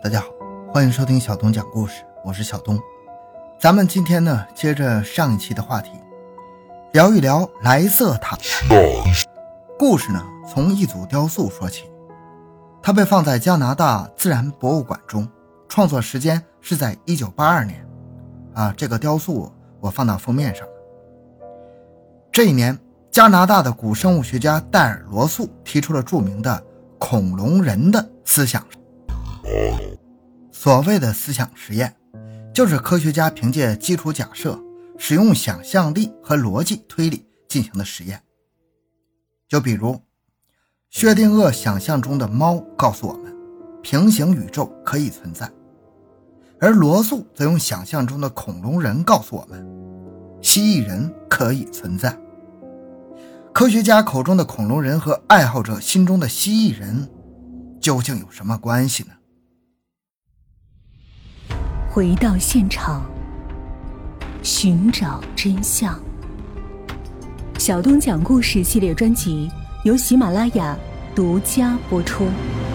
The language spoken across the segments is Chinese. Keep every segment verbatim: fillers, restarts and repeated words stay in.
大家好，欢迎收听小东讲故事，我是小东。咱们今天呢，接着上一期的话题，聊一聊莱瑟塔。故事呢，从一组雕塑说起。它被放在加拿大自然博物馆中，创作时间是在一九八二年。啊，这个雕塑我放到封面上了。这一年，加拿大的古生物学家戴尔·罗素提出了著名的恐龙人的思想。所谓的思想实验，就是科学家凭借基础假设，使用想象力和逻辑推理进行的实验。就比如，薛定谔想象中的猫告诉我们，平行宇宙可以存在，而罗素则用想象中的恐龙人告诉我们，蜥蜴人可以存在。科学家口中的恐龙人和爱好者心中的蜥蜴人究竟有什么关系呢？ 回到现场，寻找真相。小东讲故事系列专辑由喜马拉雅独家播出。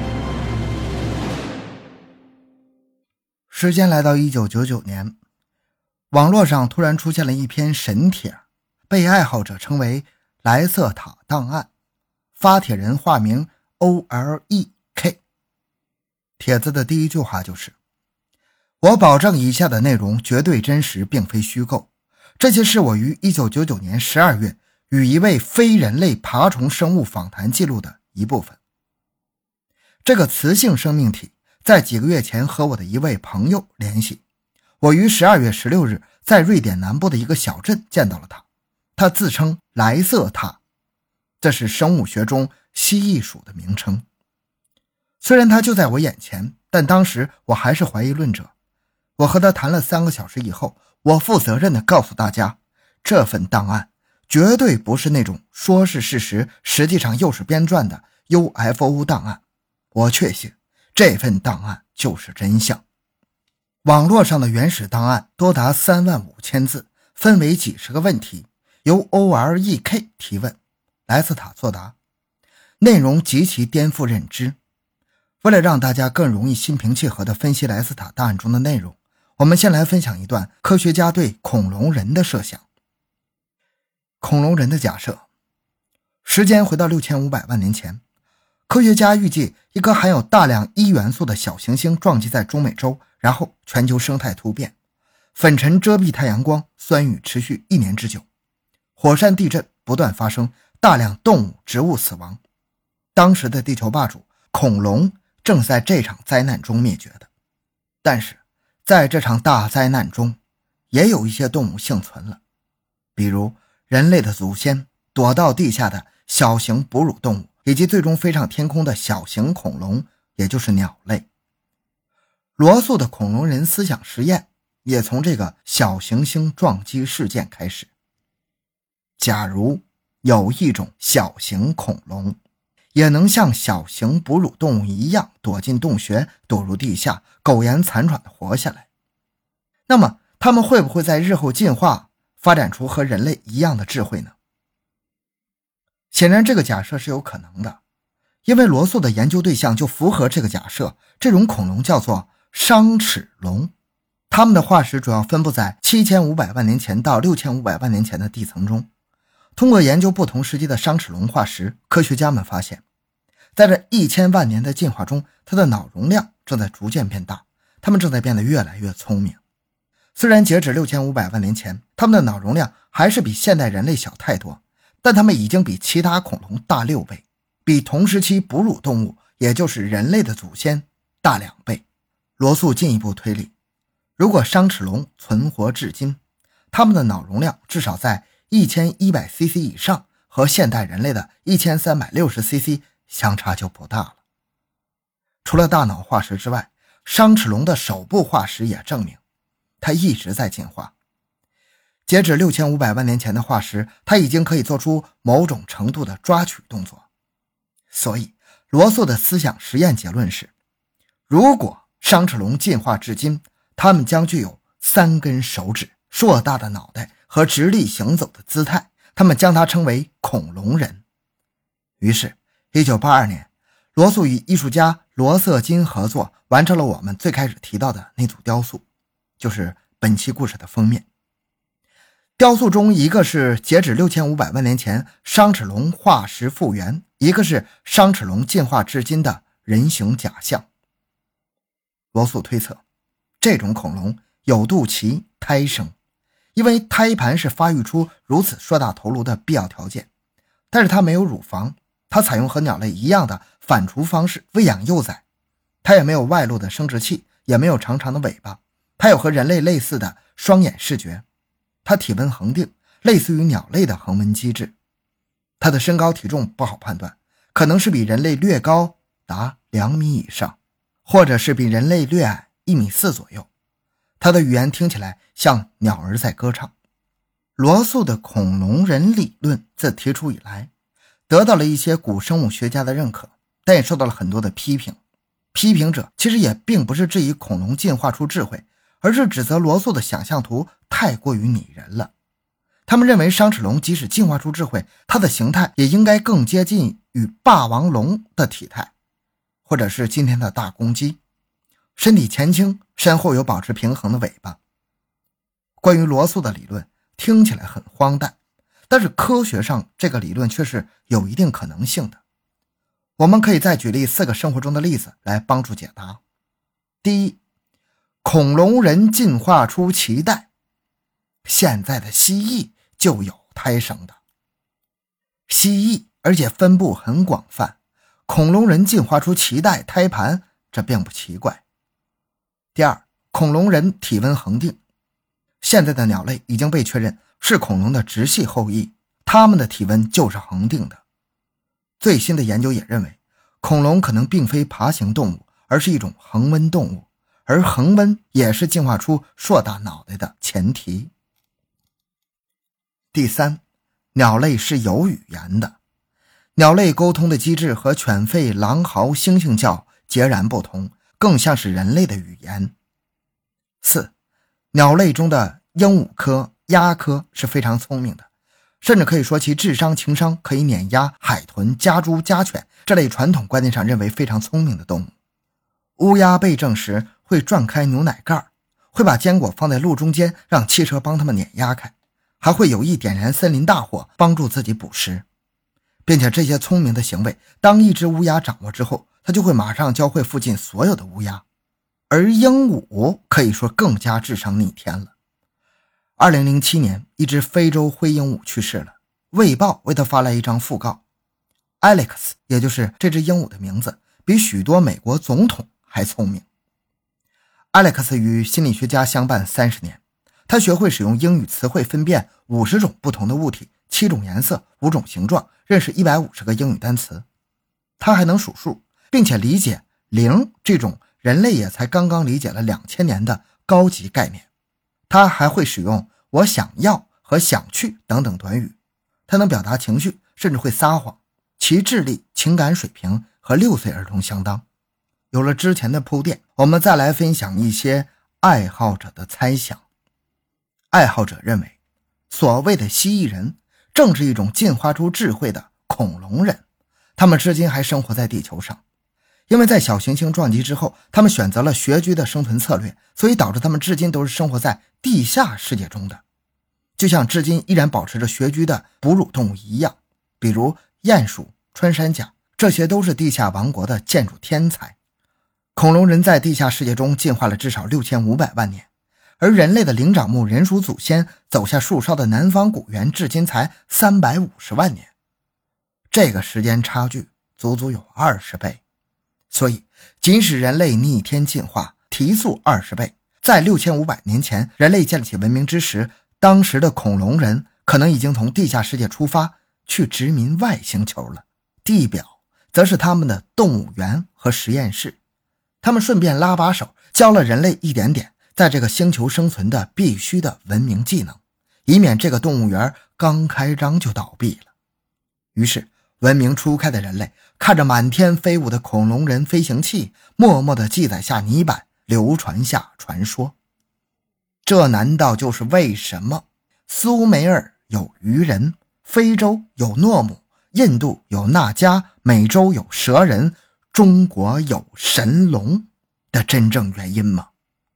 时间来到一九九九年，网络上突然出现了一篇神帖，被爱好者称为莱瑟塔档案，发帖人化名 O L E K。 帖子的第一句话就是，我保证以下的内容绝对真实，并非虚构，这些是我于一九九九年十二月与一位非人类爬虫生物访谈记录的一部分。这个雌性生命体在几个月前和我的一位朋友联系，我于十二月十六日在瑞典南部的一个小镇见到了他，他自称莱瑟塔，这是生物学中蜥蜴属的名称。虽然他就在我眼前，但当时我还是怀疑论者。我和他谈了三个小时以后，我负责任地告诉大家，这份档案绝对不是那种说是事实实际上又是编撰的 U F O 档案，我确信这份档案就是真相。网络上的原始档案多达三万五千字，分为几十个问题，由 O L E K 提问，莱瑟塔作答，内容极其颠覆认知。为了让大家更容易心平气和地分析莱瑟塔档案中的内容，我们先来分享一段科学家对恐龙人的设想。恐龙人的假设，时间回到六千五百万年前，科学家预计一颗含有大量一元素的小行星撞击在中美洲，然后全球生态突变，粉尘遮蔽太阳光，酸雨持续一年之久，火山地震不断发生，大量动物植物死亡。当时的地球霸主恐龙正在这场灾难中灭绝的。但是在这场大灾难中，也有一些动物幸存了，比如人类的祖先，躲到地下的小型哺乳动物，以及最终飞上天空的小型恐龙，也就是鸟类。罗素的恐龙人思想实验也从这个小行星撞击事件开始。假如有一种小型恐龙也能像小型哺乳动物一样躲进洞穴，躲入地下，苟延残喘地活下来，那么他们会不会在日后进化发展出和人类一样的智慧呢？显然这个假设是有可能的，因为罗素的研究对象就符合这个假设。这种恐龙叫做商齿龙，它们的化石主要分布在七千五百万年前到六千五百万年前的地层中。通过研究不同时期的商齿龙化石，科学家们发现，在这一千万年的进化中，它的脑容量正在逐渐变大，它们正在变得越来越聪明。虽然截止六千五百万年前，它们的脑容量还是比现代人类小太多，但它们已经比其他恐龙大六倍，比同时期哺乳动物，也就是人类的祖先大两倍。罗素进一步推理，如果商齿龙存活至今，它们的脑容量至少在一千一百 C C 以上，和现代人类的一千三百六十 C C 相差就不大了。除了大脑化石之外，商齿龙的手部化石也证明它一直在进化。截止六千五百万年前的化石，它已经可以做出某种程度的抓取动作。所以罗素的思想实验结论是，如果商齿龙进化至今，它们将具有三根手指、硕大的脑袋和直立行走的姿态，他们将它称为恐龙人。于是一九八二年，罗素与艺术家罗瑟金合作， 完成了我们最开始提到的那组雕塑，就是本期故事的封面。雕塑中一个是截止六千五百万年前商齿龙化石复原，一个是商齿龙进化至今的人形假象。罗素推测，这种恐龙有肚脐胎生，因为胎盘是发育出如此硕大头颅的必要条件，但是它没有乳房，它采用和鸟类一样的反刍方式喂养幼崽，它也没有外露的生殖器，也没有长长的尾巴，它有和人类类似的双眼视觉，它体温恒定，类似于鸟类的恒温机制。它的身高体重不好判断，可能是比人类略高达两米以上，或者是比人类略矮一米四左右。它的语言听起来像鸟儿在歌唱。罗素的恐龙人理论自提出以来，得到了一些古生物学家的认可，但也受到了很多的批评。批评者其实也并不是质疑恐龙进化出智慧，而是指责罗素的想象图太过于拟人了。他们认为商齿龙即使进化出智慧，它的形态也应该更接近与霸王龙的体态，或者是今天的大公鸡，身体前倾，身后有保持平衡的尾巴。关于罗素的理论听起来很荒诞，但是科学上这个理论却是有一定可能性的。我们可以再举例四个生活中的例子来帮助解答。第一，恐龙人进化出脐带，现在的蜥蜴就有胎生的。蜥蜴而且分布很广泛，恐龙人进化出脐带胎盘，这并不奇怪。第二，恐龙人体温恒定，现在的鸟类已经被确认是恐龙的直系后裔，它们的体温就是恒定的。最新的研究也认为，恐龙可能并非爬行动物，而是一种恒温动物，而恒温也是进化出硕大脑袋的前提。第三，鸟类是有语言的，鸟类沟通的机制和犬吠、狼嚎、猩猩叫截然不同，更像是人类的语言。四，鸟类中的鹦鹉科、鸦科是非常聪明的，甚至可以说其智商情商可以碾压海豚、家猪、家犬这类传统观念上认为非常聪明的动物。乌鸦被证实会转开牛奶盖，会把坚果放在路中间让汽车帮它们碾压开，还会有意点燃森林大火帮助自己捕食，并且这些聪明的行为当一只乌鸦掌握之后，它就会马上教会附近所有的乌鸦。而鹦鹉可以说更加智商逆天了。二零零七年，一只非洲灰鹦鹉去世了，卫报为它发来一张讣告。 Alex 也就是这只鹦鹉的名字，比许多美国总统还聪明。 Alex 与心理学家相伴三十年，他学会使用英语词汇分辨五十种不同的物体，七种颜色，五种形状，认识一百五十个英语单词。他还能数数，并且理解零这种人类也才刚刚理解了两千年的高级概念。他还会使用我想要和想去等等短语。他能表达情绪，甚至会撒谎。其智力、情感水平和六岁儿童相当。有了之前的铺垫，我们再来分享一些爱好者的猜想。爱好者认为，所谓的蜥蜴人正是一种进化出智慧的恐龙人，他们至今还生活在地球上。因为在小行星撞击之后，他们选择了穴居的生存策略，所以导致他们至今都是生活在地下世界中的，就像至今依然保持着穴居的哺乳动物一样，比如鼹鼠、穿山甲，这些都是地下王国的建筑天才。恐龙人在地下世界中进化了至少六千五百万年，而人类的灵长目人属祖先走下树梢的南方古猿至今才三百五十万年，这个时间差距足足有二十倍。所以即使人类逆天进化提速二十倍，在六千五百年前人类建立起文明之时，当时的恐龙人可能已经从地下世界出发去殖民外星球了。地表则是他们的动物园和实验室，他们顺便拉把手，教了人类一点点在这个星球生存的必须的文明技能，以免这个动物园刚开张就倒闭了。于是文明初开的人类看着满天飞舞的恐龙人飞行器，默默地记载下泥板，流传下传说。这难道就是为什么苏美尔有鱼人，非洲有诺姆，印度有纳迦，美洲有蛇人，中国有神龙的真正原因吗？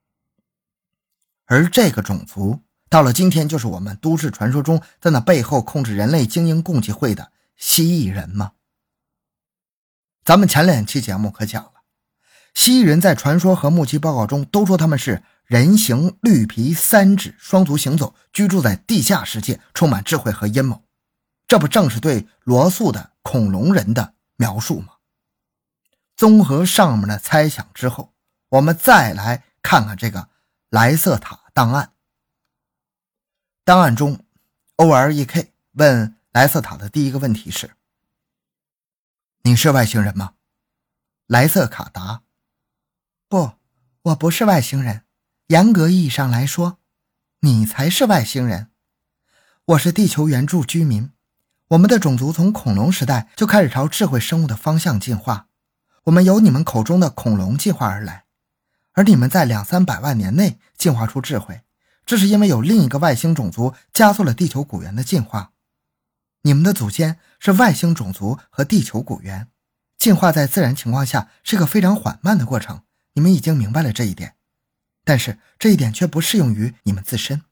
而这个种族到了今天就是我们都市传说中在那背后控制人类经营共济会的蜥蜴人吗？咱们前两期节目可讲了，蜥蜴人在传说和目击报告中都说他们是人形绿皮三指双足行走，居住在地下世界，充满智慧和阴谋。这不正是对罗素的恐龙人的描述吗？综合上面的猜想之后，我们再来看看这个莱瑟塔档案。档案中 O R E K 问莱瑟塔的第一个问题是：你是外星人吗？莱瑟卡答：不，我不是外星人，严格意义上来说，你才是外星人。我是地球原住居民，我们的种族从恐龙时代就开始朝智慧生物的方向进化，我们由你们口中的恐龙进化而来，而你们在两三百万年内进化出智慧，这是因为有另一个外星种族加速了地球古猿的进化。你们的祖先是外星种族和地球古猿，进化在自然情况下是个非常缓慢的过程，你们已经明白了这一点，但是这一点却不适用于你们自身。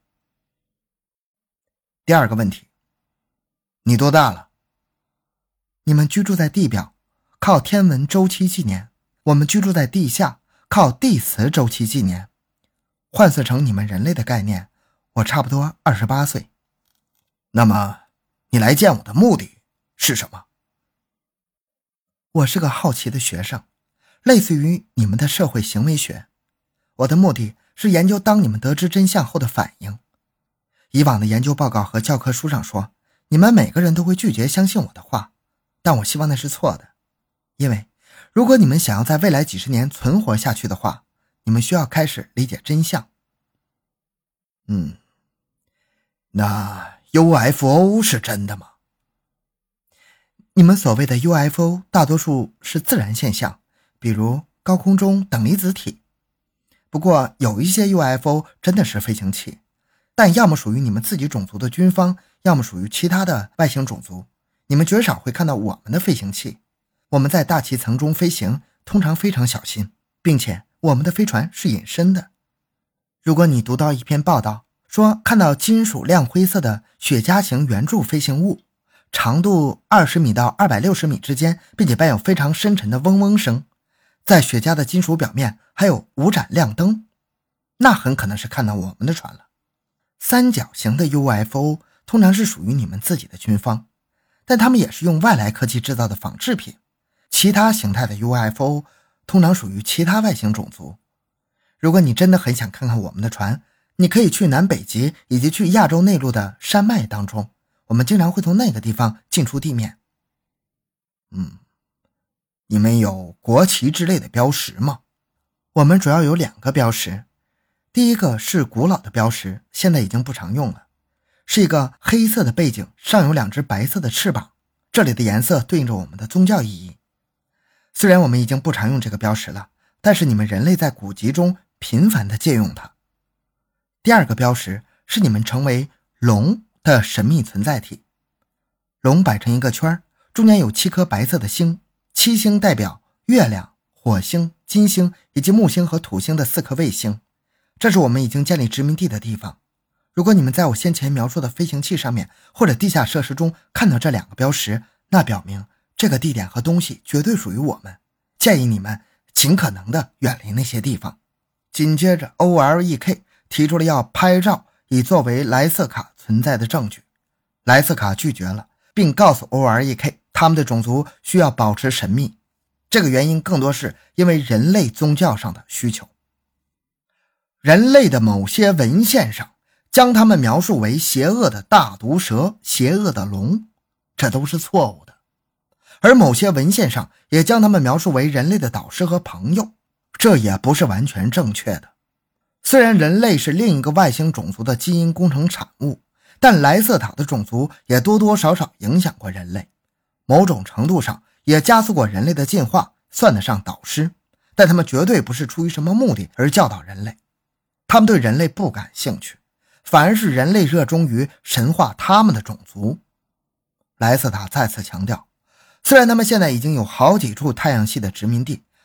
第二个问题，你多大了？你们居住在地表，靠天文周期纪年，我们居住在地下，靠地磁周期纪年。换算成你们人类的概念，我差不多二十八岁。那么你来见我的目的是什么？我是个好奇的学生，类似于你们的社会行为学。我的目的是研究当你们得知真相后的反应。以往的研究报告和教科书上说，你们每个人都会拒绝相信我的话，但我希望那是错的。因为如果你们想要在未来几十年存活下去的话，你们需要开始理解真相。嗯，那 U F O 是真的吗？你们所谓的 U F O 大多数是自然现象，比如高空中等离子体。不过有一些 U F O 真的是飞行器，但要么属于你们自己种族的军方，要么属于其他的外星种族。你们绝少会看到我们的飞行器。我们在大气层中飞行，通常非常小心，并且我们的飞船是隐身的。如果你读到一篇报道，说看到金属亮灰色的雪茄型圆柱飞行物，长度二十米到二百六十米之间，并且伴有非常深沉的嗡嗡声，在雪茄的金属表面还有五盏亮灯，那很可能是看到我们的船了。三角形的 U F O 通常是属于你们自己的军方，但他们也是用外来科技制造的仿制品。其他形态的 U F O 通常属于其他外星种族。如果你真的很想看看我们的船，你可以去南北极以及去亚洲内陆的山脉当中，我们经常会从那个地方进出地面。嗯，你们有国旗之类的标识吗？我们主要有两个标识，第一个是古老的标识，现在已经不常用了，是一个黑色的背景，上有两只白色的翅膀，这里的颜色对应着我们的宗教意义。虽然我们已经不常用这个标识了，但是你们人类在古籍中频繁地借用它。第二个标识是你们成为龙的神秘存在体。龙摆成一个圈，中间有七颗白色的星，七星代表月亮、火星、金星以及木星和土星的四颗卫星。这是我们已经建立殖民地的地方。如果你们在我先前描述的飞行器上面或者地下设施中看到这两个标识，那表明这个地点和东西绝对属于我们，建议你们尽可能的远离那些地方。紧接着 O L E K 提出了要拍照以作为莱瑟卡存在的证据，莱瑟卡拒绝了，并告诉 O L E K 他们的种族需要保持神秘，这个原因更多是因为人类宗教上的需求。人类的某些文献上将他们描述为邪恶的大毒蛇、邪恶的龙，这都是错误的。而某些文献上也将他们描述为人类的导师和朋友，这也不是完全正确的。虽然人类是另一个外星种族的基因工程产物，但莱瑟塔的种族也多多少少影响过人类，某种程度上也加速过人类的进化，算得上导师，但他们绝对不是出于什么目的而教导人类。他们对人类不感兴趣，反而是人类热衷于神化他们的种族。莱瑟塔再次强调，虽然他们现在已经有好几处太阳系的殖民地，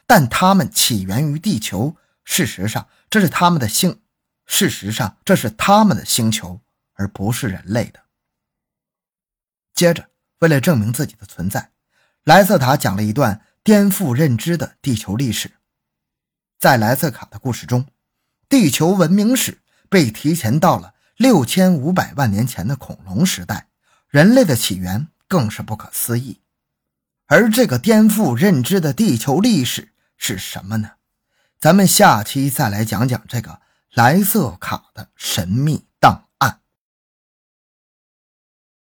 但它们起源于地球，事实上这是他们的星事实上这是他们的星球，而不是人类的。接着，为了证明自己的存在，莱瑟塔讲了一段颠覆认知的地球历史。在莱瑟卡的故事中，地球文明史被提前到了六千五百万年前的恐龙时代，人类的起源更是不可思议。而这个颠覆认知的地球历史是什么呢？咱们下期再来讲讲这个莱瑟卡的神秘档